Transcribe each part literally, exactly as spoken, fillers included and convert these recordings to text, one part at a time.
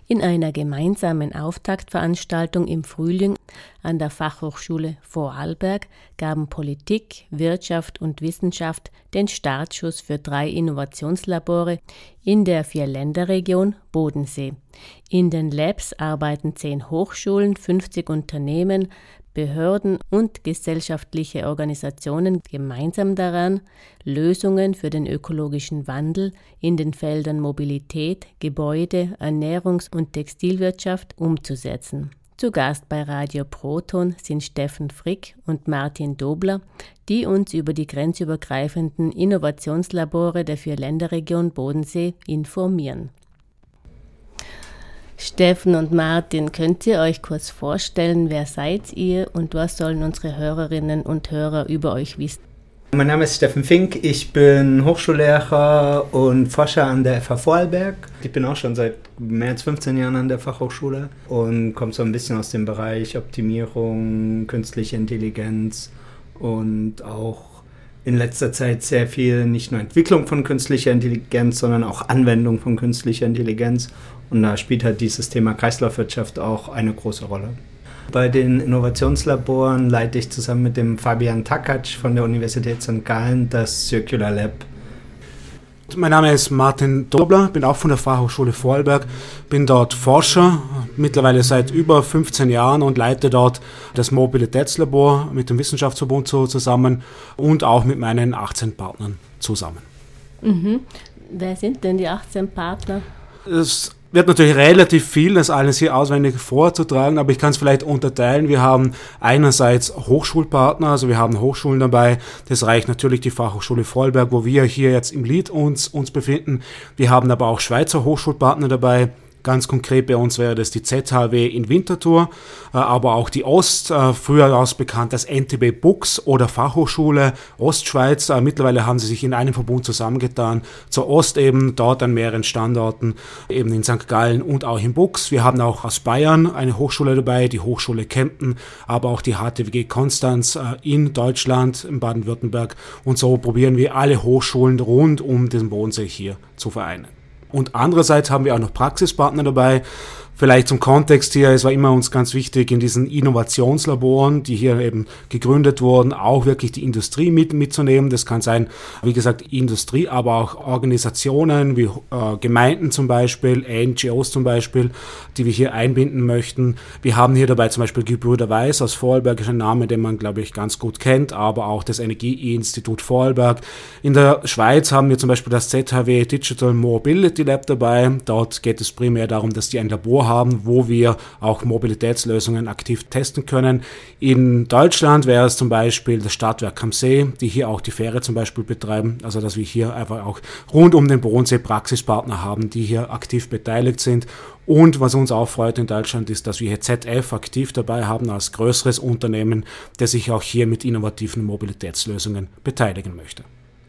In einer gemeinsamen Auftaktveranstaltung im Frühling an der Fachhochschule Vorarlberg gaben Politik, Wirtschaft und Wissenschaft den Startschuss für drei Innovationslabore in der Vierländerregion Bodensee. In den Labs arbeiten zehn Hochschulen, fünfzig Unternehmen, Behörden und gesellschaftliche Organisationen gemeinsam daran, Lösungen für den ökologischen Wandel in den Feldern Mobilität, Gebäude, Ernährungs- und Textilwirtschaft umzusetzen. Zu Gast bei Radio Proton sind Steffen Frick und Martin Dobler, die uns über die grenzübergreifenden Innovationslabore der Vierländerregion Bodensee informieren. Steffen und Martin, könnt ihr euch kurz vorstellen, wer seid ihr und was sollen unsere Hörerinnen und Hörer über euch wissen? Mein Name ist Steffen Fink, ich bin Hochschullehrer und Forscher an der F H Vorarlberg. Ich bin auch schon seit mehr als fünfzehn Jahren an der Fachhochschule und komme so ein bisschen aus dem Bereich Optimierung, künstliche Intelligenz und auch in letzter Zeit sehr viel, nicht nur Entwicklung von künstlicher Intelligenz, sondern auch Anwendung von künstlicher Intelligenz. Und da spielt halt dieses Thema Kreislaufwirtschaft auch eine große Rolle. Bei den Innovationslaboren leite ich zusammen mit dem Fabian Takac von der Universität Sankt Gallen das Circular Lab. Mein Name ist Martin Dobler, bin auch von der Fachhochschule Vorarlberg, bin dort Forscher, mittlerweile seit über fünfzehn Jahren und leite dort das Mobilitätslabor mit dem Wissenschaftsverbund so zusammen und auch mit meinen achtzehn Partnern zusammen. Mhm. Wer sind denn die achtzehn Partner? Es wird natürlich relativ viel, das alles hier auswendig vorzutragen, aber ich kann es vielleicht unterteilen. Wir haben einerseits Hochschulpartner, also wir haben Hochschulen dabei. Das reicht natürlich die Fachhochschule Vorarlberg, wo wir hier jetzt im Lead uns, uns befinden. Wir haben aber auch Schweizer Hochschulpartner dabei. Ganz konkret bei uns wäre das die Z H W in Winterthur, aber auch die Ost, früher aus bekannt als N T B Bux oder Fachhochschule Ostschweiz. Mittlerweile haben sie sich in einem Verbund zusammengetan. Zur Ost eben, dort an mehreren Standorten, eben in Sankt Gallen und auch in Bux. Wir haben auch aus Bayern eine Hochschule dabei, die Hochschule Kempten, aber auch die H T W G Konstanz in Deutschland, in Baden-Württemberg. Und so probieren wir alle Hochschulen rund um den Bodensee hier zu vereinen. Und andererseits haben wir auch noch Praxispartner dabei. Vielleicht zum Kontext hier, es war immer uns ganz wichtig, in diesen Innovationslaboren, die hier eben gegründet wurden, auch wirklich die Industrie mit, mitzunehmen. Das kann sein, wie gesagt, Industrie, aber auch Organisationen wie äh, Gemeinden zum Beispiel, N G Os zum Beispiel, die wir hier einbinden möchten. Wir haben hier dabei zum Beispiel Gebrüder Weiß aus Vorarlberg, ist ein Name, den man, glaube ich, ganz gut kennt, aber auch das Energieinstitut Vorarlberg. In der Schweiz haben wir zum Beispiel das Z H W Digital Mobility Lab dabei. Dort geht es primär darum, dass die ein Labor haben, haben, wo wir auch Mobilitätslösungen aktiv testen können. In Deutschland wäre es zum Beispiel das Stadtwerk am See, die hier auch die Fähre zum Beispiel betreiben, also dass wir hier einfach auch rund um den Bodensee Praxispartner haben, die hier aktiv beteiligt sind. Und was uns auch freut in Deutschland ist, dass wir hier Z F aktiv dabei haben als größeres Unternehmen, das sich auch hier mit innovativen Mobilitätslösungen beteiligen möchte.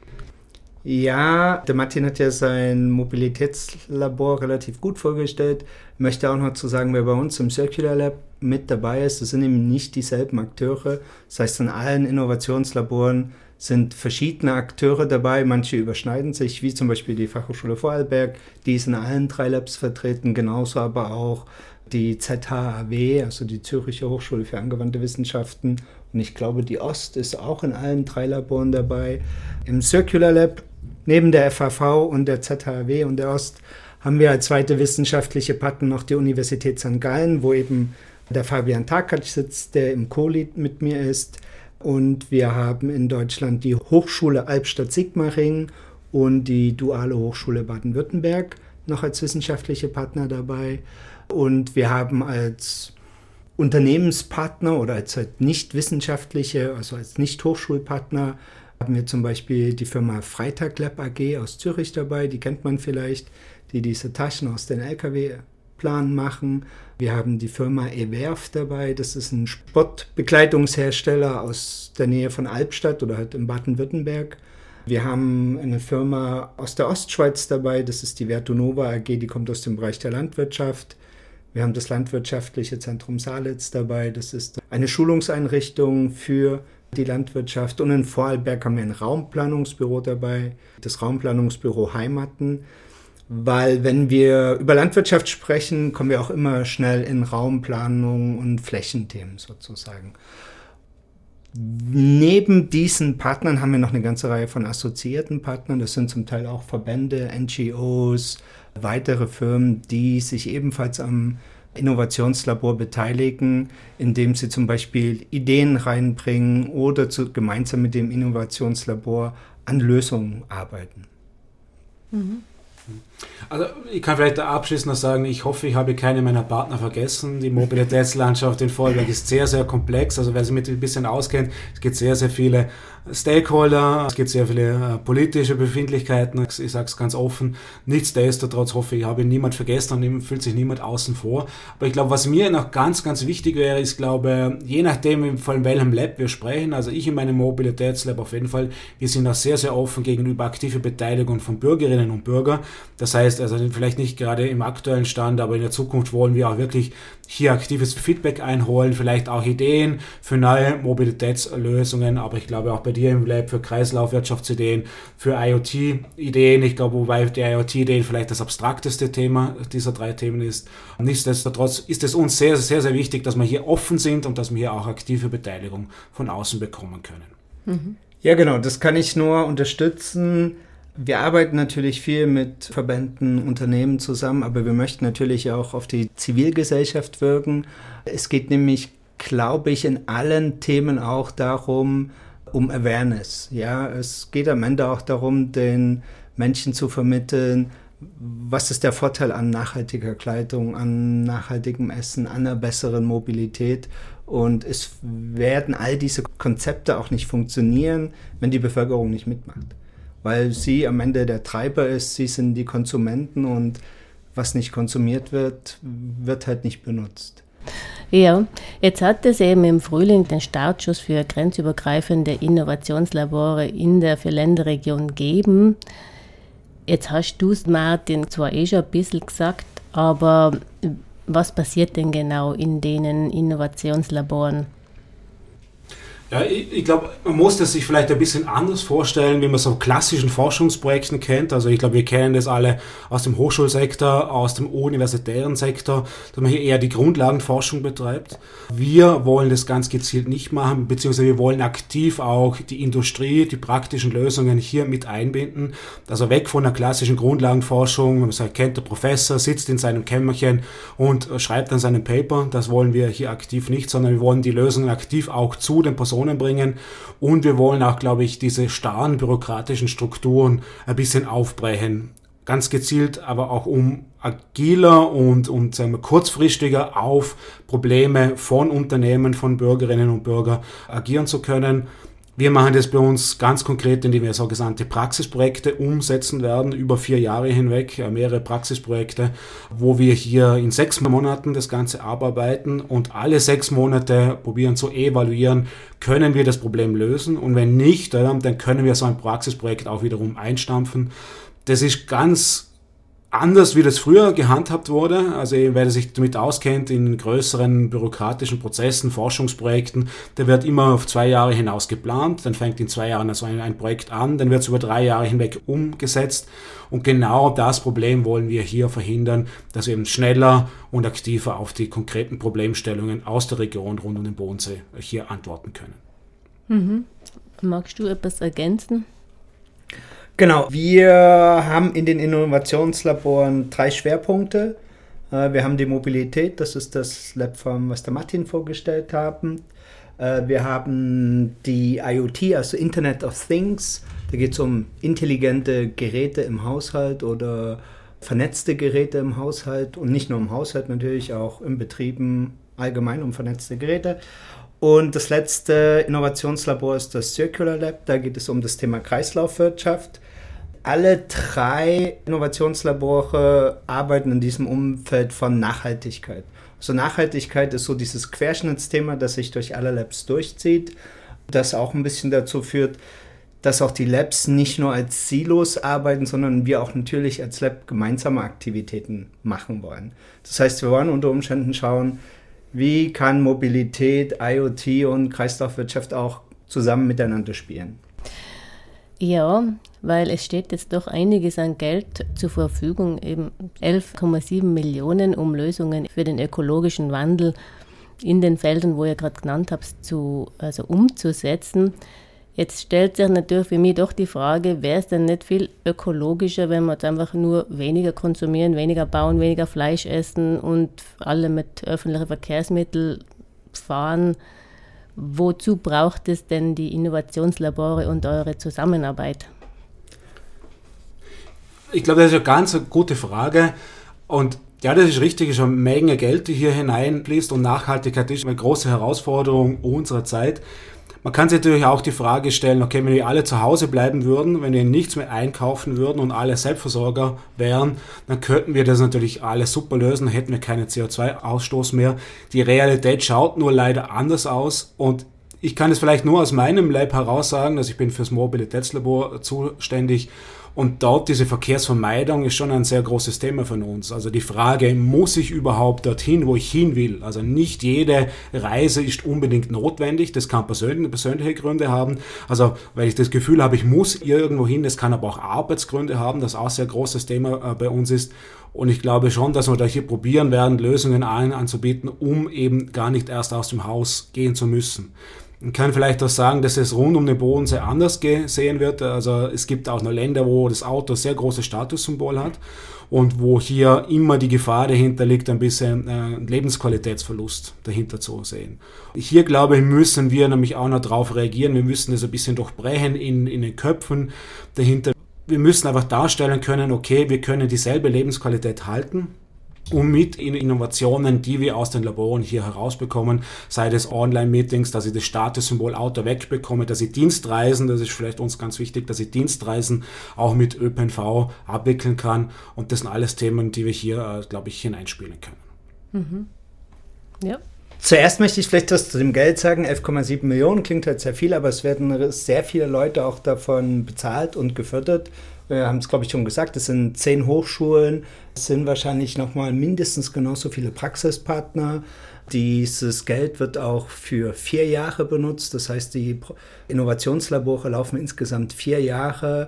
Ja, der Martin hat ja sein Mobilitätslabor relativ gut vorgestellt. Ich möchte auch noch zu sagen, wer bei uns im Circular Lab mit dabei ist, das sind eben nicht dieselben Akteure. Das heißt, in allen Innovationslaboren sind verschiedene Akteure dabei. Manche überschneiden sich, wie zum Beispiel die Fachhochschule Vorarlberg, die ist in allen drei Labs vertreten, genauso aber auch die Z H A W, also die Zürcher Hochschule für angewandte Wissenschaften. Und ich glaube, die Ost ist auch in allen drei Laboren dabei. Im Circular Lab, neben der F H V und der Z H A W und der Ost, haben wir als zweite wissenschaftliche Partner noch die Universität Sankt Gallen, wo eben der Fabian Takac sitzt, der im Co-Lead mit mir ist. Und wir haben in Deutschland die Hochschule Albstadt-Sigmaringen und die Duale Hochschule Baden-Württemberg noch als wissenschaftliche Partner dabei. Und wir haben als Unternehmenspartner oder als halt nicht wissenschaftliche, also als nicht Hochschulpartner, haben wir zum Beispiel die Firma Freitag Lab A G aus Zürich dabei, die kennt man vielleicht, die diese Taschen aus den L K W-Planen machen. Wir haben die Firma Ewerf dabei, das ist ein Sportbekleidungshersteller aus der Nähe von Albstadt oder halt in Baden-Württemberg. Wir haben eine Firma aus der Ostschweiz dabei, das ist die Vertonova A G, die kommt aus dem Bereich der Landwirtschaft. Wir haben das Landwirtschaftliche Zentrum Salitz dabei, das ist eine Schulungseinrichtung für die Landwirtschaft. Und in Vorarlberg haben wir ein Raumplanungsbüro dabei, das Raumplanungsbüro Heimaten, Weil wenn wir über Landwirtschaft sprechen, kommen wir auch immer schnell in Raumplanung und Flächenthemen sozusagen. Neben diesen Partnern haben wir noch eine ganze Reihe von assoziierten Partnern. Das sind zum Teil auch Verbände, N G Os, weitere Firmen, die sich ebenfalls am Innovationslabor beteiligen, indem sie zum Beispiel Ideen reinbringen oder zu, gemeinsam mit dem Innovationslabor an Lösungen arbeiten. Mhm. Also ich kann vielleicht abschließend noch sagen, ich hoffe, ich habe keine meiner Partner vergessen. Die Mobilitätslandschaft in Vorarlberg ist sehr, sehr komplex. Also wer sich mit ein bisschen auskennt, es gibt sehr, sehr viele Stakeholder, es gibt sehr viele äh, politische Befindlichkeiten. Ich sage es ganz offen. Nichtsdestotrotz hoffe ich, ich habe niemand vergessen und fühlt sich niemand außen vor. Aber ich glaube, was mir noch ganz, ganz wichtig wäre, ist, glaube je nachdem, von welchem Lab wir sprechen, also ich in meinem Mobilitätslab auf jeden Fall, wir sind auch sehr, sehr offen gegenüber aktive Beteiligung von Bürgerinnen und Bürgern. Das heißt, also vielleicht nicht gerade im aktuellen Stand, aber in der Zukunft wollen wir auch wirklich hier aktives Feedback einholen, vielleicht auch Ideen für neue Mobilitätslösungen, aber ich glaube auch bei dir im Lab für Kreislaufwirtschaftsideen, für IoT-Ideen. Ich glaube, wobei die IoT-Ideen vielleicht das abstrakteste Thema dieser drei Themen ist. Nichtsdestotrotz ist es uns sehr, sehr, sehr wichtig, dass wir hier offen sind und dass wir hier auch aktive Beteiligung von außen bekommen können. Mhm. Ja, genau, das kann ich nur unterstützen. Wir arbeiten natürlich viel mit Verbänden, Unternehmen zusammen, aber wir möchten natürlich auch auf die Zivilgesellschaft wirken. Es geht nämlich, glaube ich, in allen Themen auch darum, um Awareness. Ja, es geht am Ende auch darum, den Menschen zu vermitteln, was ist der Vorteil an nachhaltiger Kleidung, an nachhaltigem Essen, an einer besseren Mobilität. Und es werden all diese Konzepte auch nicht funktionieren, wenn die Bevölkerung nicht mitmacht. Weil sie am Ende der Treiber ist, sie sind die Konsumenten und was nicht konsumiert wird, wird halt nicht benutzt. Ja, jetzt hat es eben im Frühling den Startschuss für grenzübergreifende Innovationslabore in der Vierländerregion gegeben. Jetzt hast du es, Martin, zwar eh schon ein bisschen gesagt, aber was passiert denn genau in denen Innovationslaboren? Ja, ich, ich glaube, man muss das sich vielleicht ein bisschen anders vorstellen, wie man so klassischen Forschungsprojekten kennt. Also ich glaube, wir kennen das alle aus dem Hochschulsektor, aus dem universitären Sektor, dass man hier eher die Grundlagenforschung betreibt. Wir wollen das ganz gezielt nicht machen, beziehungsweise wir wollen aktiv auch die Industrie, die praktischen Lösungen hier mit einbinden. Also weg von der klassischen Grundlagenforschung, man sagt, kennt der Professor, sitzt in seinem Kämmerchen und schreibt dann seinen Paper. Das wollen wir hier aktiv nicht, sondern wir wollen die Lösungen aktiv auch zu den Personen bringen und wir wollen auch, glaube ich, diese starren bürokratischen Strukturen ein bisschen aufbrechen. Ganz gezielt, aber auch um agiler und, und sagen wir, kurzfristiger auf Probleme von Unternehmen, von Bürgerinnen und Bürgern agieren zu können. Wir machen das bei uns ganz konkret, indem wir sogenannte Praxisprojekte umsetzen werden, über vier Jahre hinweg, mehrere Praxisprojekte, wo wir hier in sechs Monaten das Ganze abarbeiten und alle sechs Monate probieren zu evaluieren, können wir das Problem lösen und wenn nicht, dann können wir so ein Praxisprojekt auch wiederum einstampfen. Das ist ganz anders, wie das früher gehandhabt wurde. Also wer sich damit auskennt in größeren bürokratischen Prozessen, Forschungsprojekten, der wird immer auf zwei Jahre hinaus geplant, dann fängt in zwei Jahren also ein, ein Projekt an, dann wird es über drei Jahre hinweg umgesetzt und genau das Problem wollen wir hier verhindern, dass wir eben schneller und aktiver auf die konkreten Problemstellungen aus der Region rund um den Bodensee hier antworten können. Mhm. Magst du etwas ergänzen? Genau, wir haben in den Innovationslaboren drei Schwerpunkte. Wir haben die Mobilität, das ist das Lab, was der Martin vorgestellt haben. Wir haben die IoT, also Internet of Things. Da geht es um intelligente Geräte im Haushalt oder vernetzte Geräte im Haushalt und nicht nur im Haushalt, natürlich auch in Betrieben allgemein um vernetzte Geräte. Und das letzte Innovationslabor ist das Circular Lab, da geht es um das Thema Kreislaufwirtschaft. Alle drei Innovationslabore arbeiten in diesem Umfeld von Nachhaltigkeit. Also Nachhaltigkeit ist so dieses Querschnittsthema, das sich durch alle Labs durchzieht, das auch ein bisschen dazu führt, dass auch die Labs nicht nur als Silos arbeiten, sondern wir auch natürlich als Lab gemeinsame Aktivitäten machen wollen. Das heißt, wir wollen unter Umständen schauen, wie kann Mobilität, IoT und Kreislaufwirtschaft auch zusammen miteinander spielen. Ja, weil es steht jetzt doch einiges an Geld zur Verfügung, eben elf Komma sieben Millionen, um Lösungen für den ökologischen Wandel in den Feldern, wo ihr gerade genannt habt, zu, also umzusetzen. Jetzt stellt sich natürlich für mich doch die Frage, wäre es denn nicht viel ökologischer, wenn wir jetzt einfach nur weniger konsumieren, weniger bauen, weniger Fleisch essen und alle mit öffentlichen Verkehrsmitteln fahren? Wozu braucht es denn die Innovationslabore und eure Zusammenarbeit? Ich glaube, das ist eine ganz gute Frage und ja, das ist richtig, es ist eine Menge Geld, die hier hineinfließt und Nachhaltigkeit ist eine große Herausforderung unserer Zeit. Man kann sich natürlich auch die Frage stellen, okay, wenn wir alle zu Hause bleiben würden, wenn wir nichts mehr einkaufen würden und alle Selbstversorger wären, dann könnten wir das natürlich alles super lösen, dann hätten wir keinen C O zwei Ausstoß mehr. Die Realität schaut nur leider anders aus und ich kann es vielleicht nur aus meinem Lab heraus sagen, dass ich bin fürs Mobilitätslabor zuständig. Und dort diese Verkehrsvermeidung ist schon ein sehr großes Thema von uns. Also die Frage, muss ich überhaupt dorthin, wo ich hin will? Also nicht jede Reise ist unbedingt notwendig. Das kann persönliche, persönliche Gründe haben. Also weil ich das Gefühl habe, ich muss irgendwo hin. Das kann aber auch Arbeitsgründe haben, das auch ein sehr großes Thema bei uns ist. Und ich glaube schon, dass wir da hier probieren werden, Lösungen allen anzubieten, um eben gar nicht erst aus dem Haus gehen zu müssen. Man kann vielleicht auch sagen, dass es rund um den Bodensee anders gesehen wird. Also es gibt auch noch Länder, wo das Auto sehr großes Statussymbol hat und wo hier immer die Gefahr dahinter liegt, ein bisschen äh, Lebensqualitätsverlust dahinter zu sehen. Hier, glaube ich, müssen wir nämlich auch noch drauf reagieren. Wir müssen das ein bisschen durchbrechen in, in den Köpfen dahinter. Wir müssen einfach darstellen können, okay, wir können dieselbe Lebensqualität halten, um mit Innovationen, die wir aus den Laboren hier herausbekommen, sei das Online-Meetings, dass ich das Statussymbol Auto wegbekomme, dass ich Dienstreisen, das ist vielleicht uns ganz wichtig, dass ich Dienstreisen auch mit Ö P N V abwickeln kann. Und das sind alles Themen, die wir hier, glaube ich, hineinspielen können. Mhm. Ja. Zuerst möchte ich vielleicht was zu dem Geld sagen. elf Komma sieben Millionen klingt halt sehr viel, aber es werden sehr viele Leute auch davon bezahlt und gefördert. Wir haben es, glaube ich, schon gesagt, es sind zehn Hochschulen, es sind wahrscheinlich nochmal mindestens genauso viele Praxispartner. Dieses Geld wird auch für vier Jahre benutzt, das heißt, die Innovationslabore laufen insgesamt vier Jahre.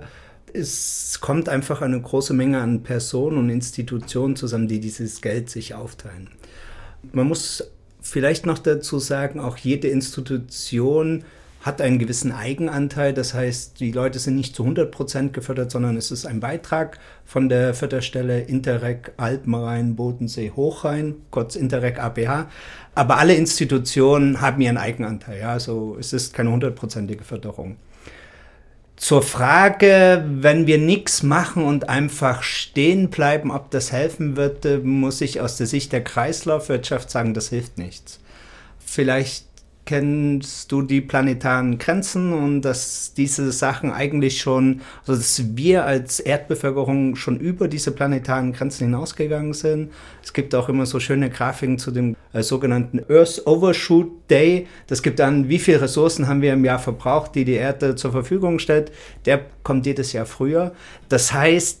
Es kommt einfach eine große Menge an Personen und Institutionen zusammen, die dieses Geld sich aufteilen. Man muss vielleicht noch dazu sagen, auch jede Institution hat einen gewissen Eigenanteil. Das heißt, die Leute sind nicht zu hundert Prozent gefördert, sondern es ist ein Beitrag von der Förderstelle Interreg Alpenrhein, Bodensee, Hochrhein, kurz Interreg A B H. Aber alle Institutionen haben ihren Eigenanteil. Ja? Also es ist keine hundertprozentige Förderung. Zur Frage, wenn wir nichts machen und einfach stehen bleiben, ob das helfen wird, muss ich aus der Sicht der Kreislaufwirtschaft sagen, das hilft nichts. Vielleicht kennst du die planetaren Grenzen und dass diese Sachen eigentlich schon, also dass wir als Erdbevölkerung schon über diese planetaren Grenzen hinausgegangen sind. Es gibt auch immer so schöne Grafiken zu dem äh, sogenannten Earth Overshoot Day. Das gibt an, wie viele Ressourcen haben wir im Jahr verbraucht, die die Erde zur Verfügung stellt. Der kommt jedes Jahr früher. Das heißt,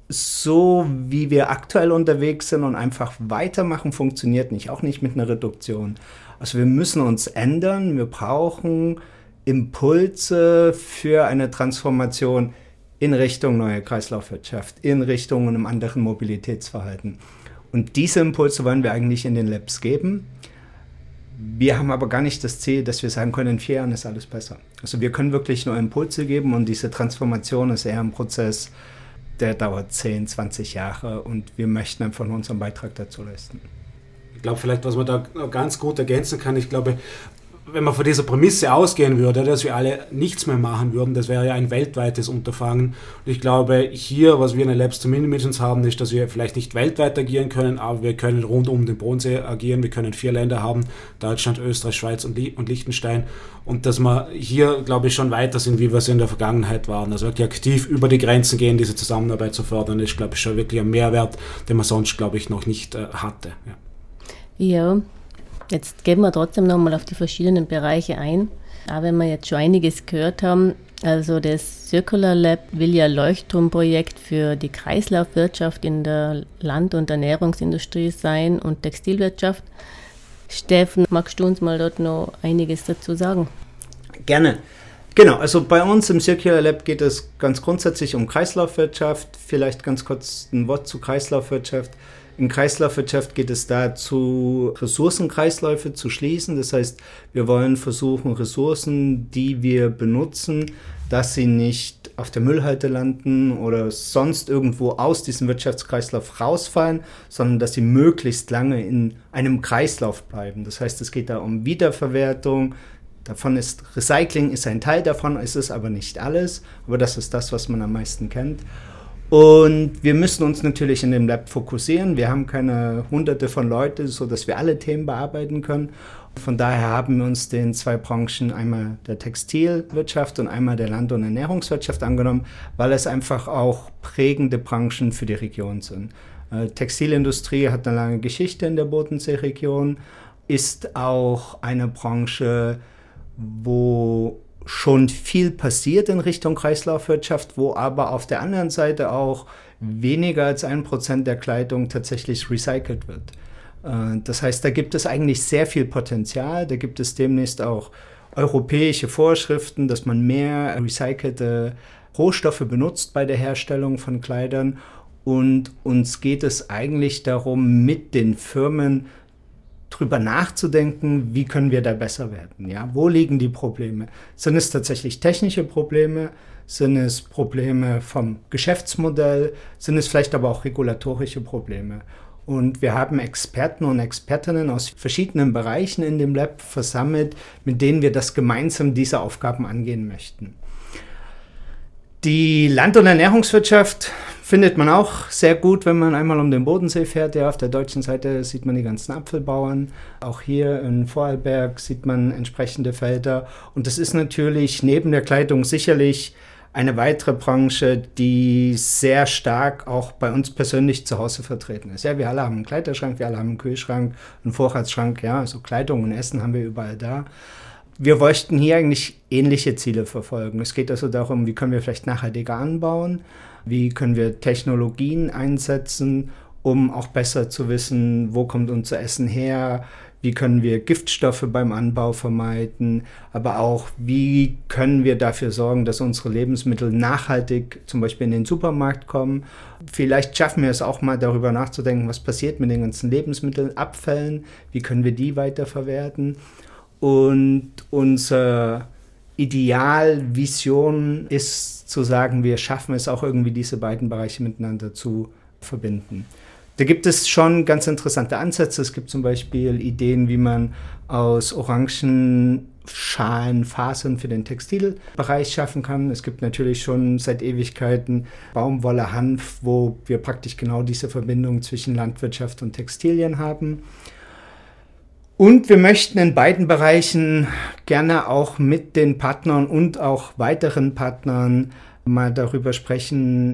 so wie wir aktuell unterwegs sind und einfach weitermachen, funktioniert nicht, auch nicht mit einer Reduktion. Also wir müssen uns ändern, wir brauchen Impulse für eine Transformation in Richtung neue Kreislaufwirtschaft, in Richtung einem anderen Mobilitätsverhalten. Und diese Impulse wollen wir eigentlich in den Labs geben. Wir haben aber gar nicht das Ziel, dass wir sagen können, in vier Jahren ist alles besser. Also wir können wirklich nur Impulse geben und diese Transformation ist eher ein Prozess, der dauert zehn, zwanzig Jahre und wir möchten einfach nur unseren Beitrag dazu leisten. Ich glaube, vielleicht, was man da ganz gut ergänzen kann, ich glaube, wenn man von dieser Prämisse ausgehen würde, dass wir alle nichts mehr machen würden, das wäre ja ein weltweites Unterfangen. Und ich glaube, hier, was wir in den Labs zumindest mit uns haben, ist, dass wir vielleicht nicht weltweit agieren können, aber wir können rund um den Bodensee agieren. Wir können vier Länder haben, Deutschland, Österreich, Schweiz und, und Liechtenstein. Und dass wir hier, glaube ich, schon weiter sind, wie wir es in der Vergangenheit waren. Also wirklich aktiv über die Grenzen gehen, diese Zusammenarbeit zu fördern, ist, glaube ich, schon wirklich ein Mehrwert, den man sonst, glaube ich, noch nicht äh, hatte. Ja. Ja, jetzt gehen wir trotzdem nochmal auf die verschiedenen Bereiche ein. Auch wenn wir jetzt schon einiges gehört haben, also das Circular Lab will ja Leuchtturmprojekt für die Kreislaufwirtschaft in der Land- und Ernährungsindustrie sein und Textilwirtschaft. Steffen, magst du uns mal dort noch einiges dazu sagen? Gerne. Genau, also bei uns im Circular Lab geht es ganz grundsätzlich um Kreislaufwirtschaft. Vielleicht ganz kurz ein Wort zu Kreislaufwirtschaft. In Kreislaufwirtschaft geht es dazu, Ressourcenkreisläufe zu schließen. Das heißt, wir wollen versuchen, Ressourcen, die wir benutzen, dass sie nicht auf der Müllhalde landen oder sonst irgendwo aus diesem Wirtschaftskreislauf rausfallen, sondern dass sie möglichst lange in einem Kreislauf bleiben. Das heißt, es geht da um Wiederverwertung. Davon ist Recycling ist ein Teil davon, es ist aber nicht alles. Aber das ist das, was man am meisten kennt. Und wir müssen uns natürlich in dem Lab fokussieren. Wir haben keine hunderte von Leuten, sodass wir alle Themen bearbeiten können. Von daher haben wir uns den zwei Branchen, einmal der Textilwirtschaft und einmal der Land- und Ernährungswirtschaft angenommen, weil es einfach auch prägende Branchen für die Region sind. Äh, Textilindustrie hat eine lange Geschichte in der Bodenseeregion, ist auch eine Branche, wo schon viel passiert in Richtung Kreislaufwirtschaft, wo aber auf der anderen Seite auch weniger als ein Prozent der Kleidung tatsächlich recycelt wird. Das heißt, da gibt es eigentlich sehr viel Potenzial. Da gibt es demnächst auch europäische Vorschriften, dass man mehr recycelte Rohstoffe benutzt bei der Herstellung von Kleidern. Und uns geht es eigentlich darum, mit den Firmen drüber nachzudenken, wie können wir da besser werden. Ja? Wo liegen die Probleme? Sind es tatsächlich technische Probleme? Sind es Probleme vom Geschäftsmodell? Sind es vielleicht aber auch regulatorische Probleme? Und wir haben Experten und Expertinnen aus verschiedenen Bereichen in dem Lab versammelt, mit denen wir das gemeinsam diese Aufgaben angehen möchten. Die Land- und Ernährungswirtschaft findet man auch sehr gut, wenn man einmal um den Bodensee fährt. Ja, auf der deutschen Seite sieht man die ganzen Apfelbauern. Auch hier in Vorarlberg sieht man entsprechende Felder. Und das ist natürlich neben der Kleidung sicherlich eine weitere Branche, die sehr stark auch bei uns persönlich zu Hause vertreten ist. Ja, wir alle haben einen Kleiderschrank, wir alle haben einen Kühlschrank, einen Vorratsschrank. Ja, also Kleidung und Essen haben wir überall da. Wir wollten hier eigentlich ähnliche Ziele verfolgen. Es geht also darum, wie können wir vielleicht nachhaltiger anbauen, wie können wir Technologien einsetzen, um auch besser zu wissen, wo kommt unser Essen her, wie können wir Giftstoffe beim Anbau vermeiden, aber auch, wie können wir dafür sorgen, dass unsere Lebensmittel nachhaltig zum Beispiel in den Supermarkt kommen. Vielleicht schaffen wir es auch mal darüber nachzudenken, was passiert mit den ganzen Lebensmittelabfällen, wie können wir die weiterverwerten. Und unsere Idealvision ist zu sagen, wir schaffen es auch irgendwie, diese beiden Bereiche miteinander zu verbinden. Da gibt es schon ganz interessante Ansätze. Es gibt zum Beispiel Ideen, wie man aus Orangenschalen Fasern für den Textilbereich schaffen kann. Es gibt natürlich schon seit Ewigkeiten Baumwolle, Hanf, wo wir praktisch genau diese Verbindung zwischen Landwirtschaft und Textilien haben. Und wir möchten in beiden Bereichen gerne auch mit den Partnern und auch weiteren Partnern mal darüber sprechen,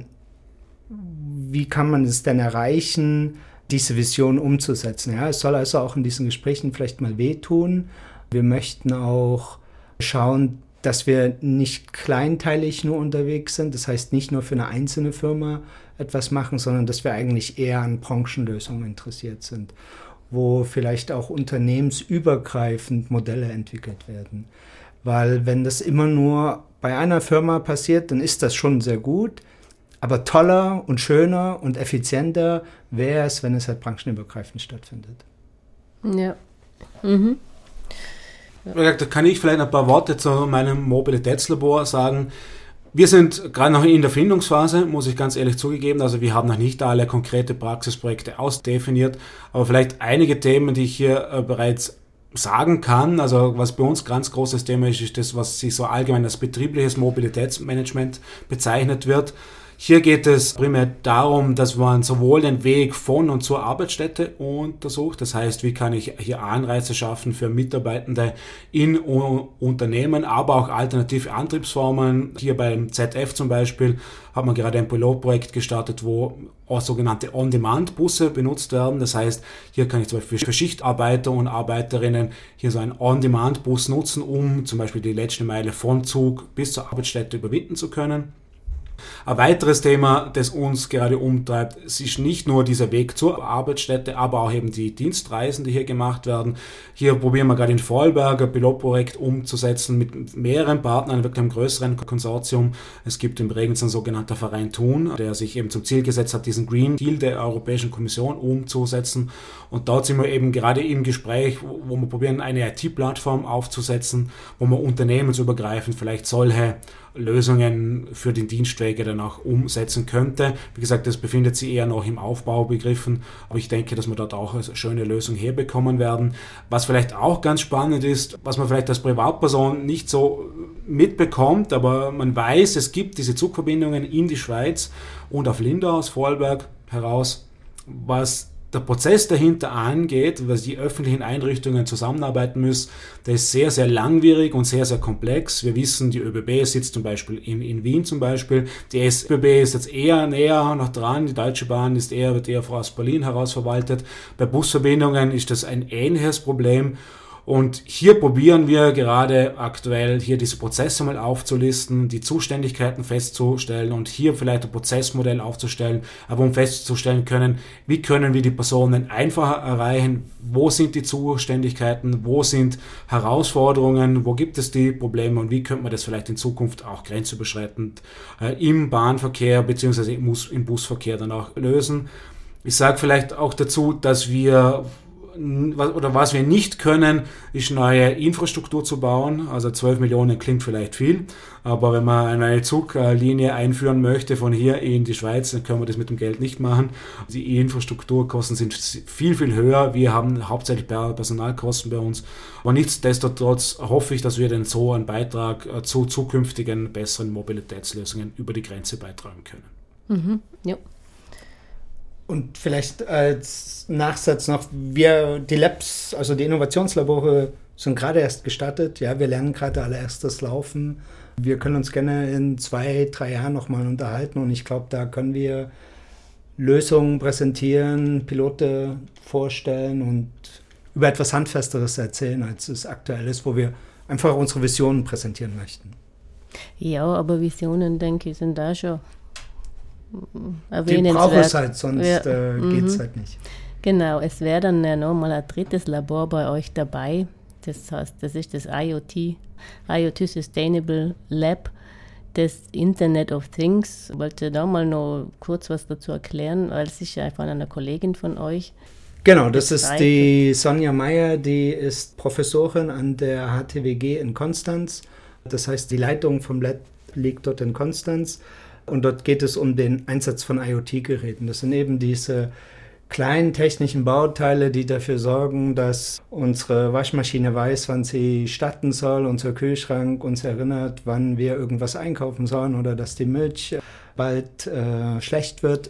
wie kann man es denn erreichen, diese Vision umzusetzen. Ja, es soll also auch in diesen Gesprächen vielleicht mal wehtun. Wir möchten auch schauen, dass wir nicht kleinteilig nur unterwegs sind. Das heißt, nicht nur für eine einzelne Firma etwas machen, sondern dass wir eigentlich eher an Branchenlösungen interessiert sind, wo vielleicht auch unternehmensübergreifend Modelle entwickelt werden. Weil wenn das immer nur bei einer Firma passiert, dann ist das schon sehr gut, aber toller und schöner und effizienter wäre es, wenn es halt branchenübergreifend stattfindet. Ja. Mhm. Ja. Da kann ich vielleicht ein paar Worte zu meinem Mobilitätslabor sagen. Wir sind gerade noch in der Findungsphase, muss ich ganz ehrlich zugeben. Also wir haben noch nicht alle konkrete Praxisprojekte ausdefiniert, aber vielleicht einige Themen, die ich hier äh, bereits sagen kann. Also was bei uns ganz großes Thema ist, ist das, was sich so allgemein als betriebliches Mobilitätsmanagement bezeichnet wird. Hier geht es primär darum, dass man sowohl den Weg von und zur Arbeitsstätte untersucht. Das heißt, wie kann ich hier Anreize schaffen für Mitarbeitende in Unternehmen, aber auch alternative Antriebsformen. Hier beim Z F zum Beispiel hat man gerade ein Pilotprojekt gestartet, wo auch sogenannte On-Demand-Busse benutzt werden. Das heißt, hier kann ich zum Beispiel für Schichtarbeiter und Arbeiterinnen hier so einen On-Demand-Bus nutzen, um zum Beispiel die letzte Meile vom Zug bis zur Arbeitsstätte überwinden zu können. Ein weiteres Thema, das uns gerade umtreibt, es ist nicht nur dieser Weg zur Arbeitsstätte, aber auch eben die Dienstreisen, die hier gemacht werden. Hier probieren wir gerade in Vorarlberg ein Pilotprojekt umzusetzen mit mehreren Partnern, wirklich einem größeren Konsortium. Es gibt in Bregenz ein sogenannter Verein Thun, der sich eben zum Ziel gesetzt hat, diesen Green Deal der Europäischen Kommission umzusetzen. Und dort sind wir eben gerade im Gespräch, wo wir probieren, eine I T-Plattform aufzusetzen, wo wir unternehmensübergreifend vielleicht solche Lösungen für den Dienstwege dann auch umsetzen könnte. Wie gesagt, das befindet sich eher noch im Aufbau begriffen, aber ich denke, dass wir dort auch eine schöne Lösung herbekommen werden. Was vielleicht auch ganz spannend ist, was man vielleicht als Privatperson nicht so mitbekommt, aber man weiß, es gibt diese Zugverbindungen in die Schweiz und auf Lindau aus Vorarlberg heraus, was der Prozess dahinter angeht, was die öffentlichen Einrichtungen zusammenarbeiten müssen, der ist sehr, sehr langwierig und sehr, sehr komplex. Wir wissen, die ÖBB sitzt zum Beispiel in, in Wien zum Beispiel. Die S B B ist jetzt eher näher noch dran. Die Deutsche Bahn ist eher, wird eher aus Berlin heraus verwaltet. Bei Busverbindungen ist das ein ähnliches Problem. Und hier probieren wir gerade aktuell, hier diese Prozesse mal aufzulisten, die Zuständigkeiten festzustellen und hier vielleicht ein Prozessmodell aufzustellen, aber um festzustellen können, wie können wir die Personen einfacher erreichen, wo sind die Zuständigkeiten, wo sind Herausforderungen, wo gibt es die Probleme und wie könnte man das vielleicht in Zukunft auch grenzüberschreitend äh, im Bahnverkehr bzw. im, im Busverkehr dann auch lösen. Ich sage vielleicht auch dazu, dass wir oder was wir nicht können, ist neue Infrastruktur zu bauen. Also zwölf Millionen klingt vielleicht viel, aber wenn man eine Zuglinie einführen möchte von hier in die Schweiz, dann können wir das mit dem Geld nicht machen. Die Infrastrukturkosten sind viel, viel höher. Wir haben hauptsächlich Personalkosten bei uns. Aber nichtsdestotrotz hoffe ich, dass wir dann so einen Beitrag zu zukünftigen besseren Mobilitätslösungen über die Grenze beitragen können. Mhm, ja. Und vielleicht als Nachsatz noch, wir, die Labs, also die Innovationslabore sind gerade erst gestartet. Ja, wir lernen gerade allererstes Laufen. Wir können uns gerne in zwei, drei Jahren nochmal unterhalten und ich glaube, da können wir Lösungen präsentieren, Pilote vorstellen und über etwas Handfesteres erzählen, als es aktuell ist, wo wir einfach unsere Visionen präsentieren möchten. Ja, aber Visionen, denke ich, sind da schon die brauchen es halt, sonst ja. äh, geht es mhm. halt nicht. Genau, es wäre dann ja nochmal ein drittes Labor bei euch dabei. Das heißt, das ist das I O T, I O T Sustainable Lab, das Internet of Things. Ich wollte da mal noch kurz was dazu erklären, weil es ist ja von einer Kollegin von euch. Genau, das ist die Sonja Meyer, die ist Professorin an der H T W G in Konstanz. Das heißt, die Leitung vom Lab liegt dort in Konstanz. Und dort geht es um den Einsatz von I O T-Geräten. Das sind eben diese kleinen technischen Bauteile, die dafür sorgen, dass unsere Waschmaschine weiß, wann sie starten soll, unser Kühlschrank uns erinnert, wann wir irgendwas einkaufen sollen oder dass die Milch bald äh, schlecht wird.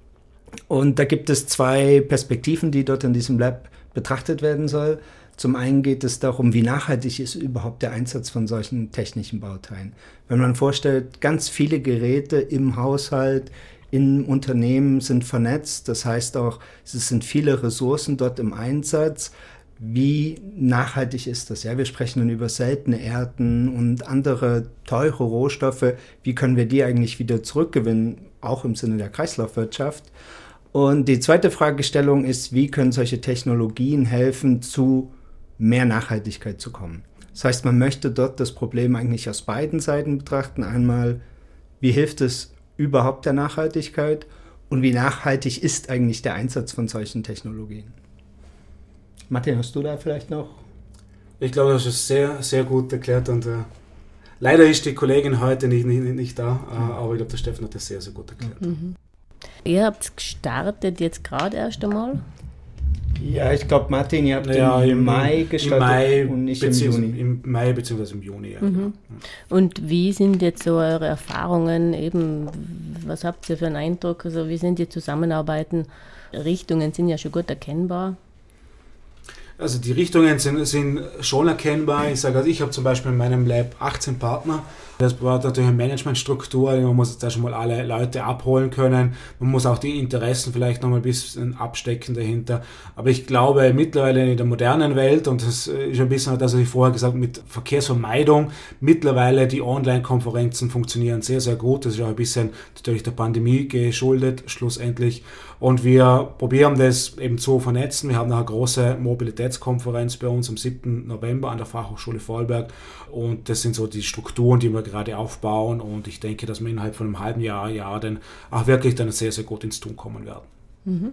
Und da gibt es zwei Perspektiven, die dort in diesem Lab betrachtet werden soll. Zum einen geht es darum, wie nachhaltig ist überhaupt der Einsatz von solchen technischen Bauteilen. Wenn man vorstellt, ganz viele Geräte im Haushalt, in Unternehmen sind vernetzt, das heißt auch, es sind viele Ressourcen dort im Einsatz. Wie nachhaltig ist das? Ja, wir sprechen dann über seltene Erden und andere teure Rohstoffe. Wie können wir die eigentlich wieder zurückgewinnen, auch im Sinne der Kreislaufwirtschaft? Und die zweite Fragestellung ist, wie können solche Technologien helfen, zu mehr Nachhaltigkeit zu kommen. Das heißt, man möchte dort das Problem eigentlich aus beiden Seiten betrachten. Einmal, wie hilft es überhaupt der Nachhaltigkeit und wie nachhaltig ist eigentlich der Einsatz von solchen Technologien? Martin, hast du da vielleicht noch? Ich glaube, das ist sehr, sehr gut erklärt und äh, leider ist die Kollegin heute nicht, nicht, nicht da, äh, aber ich glaube, der Steffen hat das sehr, sehr gut erklärt. Mhm. Ihr habt gestartet jetzt gerade erst einmal? Ja, ich glaube, Martin, ihr habt ja, im, im Mai gestartet im Mai und nicht im Juni. Im Mai bzw. im Juni, ja. Mhm. Und wie sind jetzt so eure Erfahrungen? Eben, was habt ihr für einen Eindruck? Also wie sind die Zusammenarbeiten? Richtungen sind ja schon gut erkennbar. Also die Richtungen sind, sind schon erkennbar. Ich sage, also ich habe zum Beispiel in meinem Lab achtzehn Partner. Das braucht natürlich eine Managementstruktur. Man muss jetzt da schon mal alle Leute abholen können. Man muss auch die Interessen vielleicht noch mal ein bisschen abstecken dahinter. Aber ich glaube mittlerweile in der modernen Welt, und das ist ein bisschen das, was ich vorher gesagt habe, mit Verkehrsvermeidung, mittlerweile die Online-Konferenzen funktionieren sehr, sehr gut. Das ist auch ein bisschen natürlich der Pandemie geschuldet, schlussendlich. Und wir probieren das eben zu vernetzen. Wir haben eine große Mobilitätskonferenz bei uns am siebten November an der Fachhochschule Vorarlberg. Und das sind so die Strukturen, die wir gerade aufbauen. Und ich denke, dass wir innerhalb von einem halben Jahr, Jahr dann auch wirklich dann sehr, sehr gut ins Tun kommen werden. Mhm.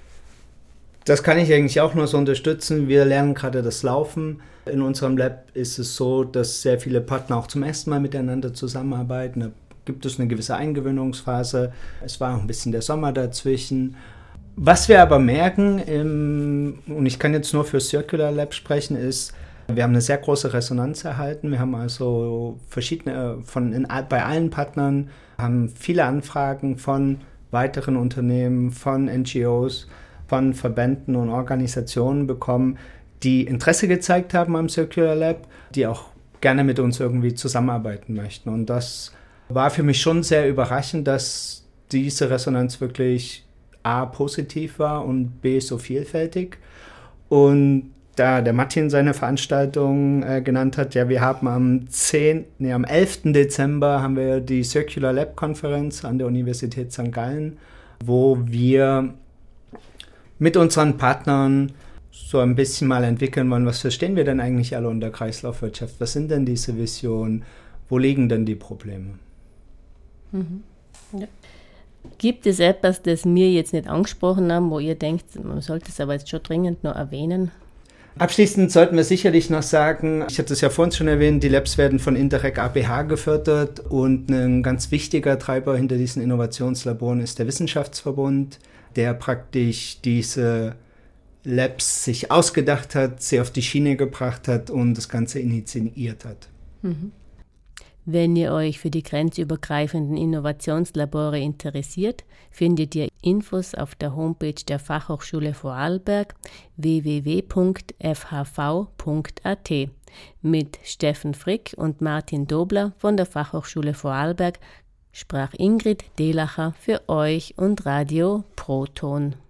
Das kann ich eigentlich auch nur so unterstützen. Wir lernen gerade das Laufen. In unserem Lab ist es so, dass sehr viele Partner auch zum ersten Mal miteinander zusammenarbeiten. Da gibt es eine gewisse Eingewöhnungsphase. Es war auch ein bisschen der Sommer dazwischen. Was wir aber merken, im, und ich kann jetzt nur für Circular Lab sprechen, ist, wir haben eine sehr große Resonanz erhalten. Wir haben also verschiedene, von in, bei allen Partnern, haben viele Anfragen von weiteren Unternehmen, von N G Os, von Verbänden und Organisationen bekommen, die Interesse gezeigt haben am Circular Lab, die auch gerne mit uns irgendwie zusammenarbeiten möchten. Und das war für mich schon sehr überraschend, dass diese Resonanz wirklich A, positiv war und B, so vielfältig. Und da der Martin seine Veranstaltung äh, genannt hat, ja, wir haben am zehnten, nee, am elften Dezember haben wir die Circular Lab Konferenz an der Universität Sankt Gallen, wo wir mit unseren Partnern so ein bisschen mal entwickeln wollen, was verstehen wir denn eigentlich alle unter Kreislaufwirtschaft? Was sind denn diese Visionen? Wo liegen denn die Probleme? Mhm. Ja. Gibt es etwas, das wir jetzt nicht angesprochen haben, wo ihr denkt, man sollte es aber jetzt schon dringend noch erwähnen? Abschließend sollten wir sicherlich noch sagen, ich hatte es ja vorhin schon erwähnt, die Labs werden von Interreg A P H gefördert und ein ganz wichtiger Treiber hinter diesen Innovationslaboren ist der Wissenschaftsverbund, der praktisch diese Labs sich ausgedacht hat, sie auf die Schiene gebracht hat und das Ganze initiiert hat. Mhm. Wenn ihr euch für die grenzübergreifenden Innovationslabore interessiert, findet ihr Infos auf der Homepage der Fachhochschule Vorarlberg w w w punkt f h v punkt a t. Mit Steffen Frick und Martin Dobler von der Fachhochschule Vorarlberg sprach Ingrid Delacher für euch und Radio Proton.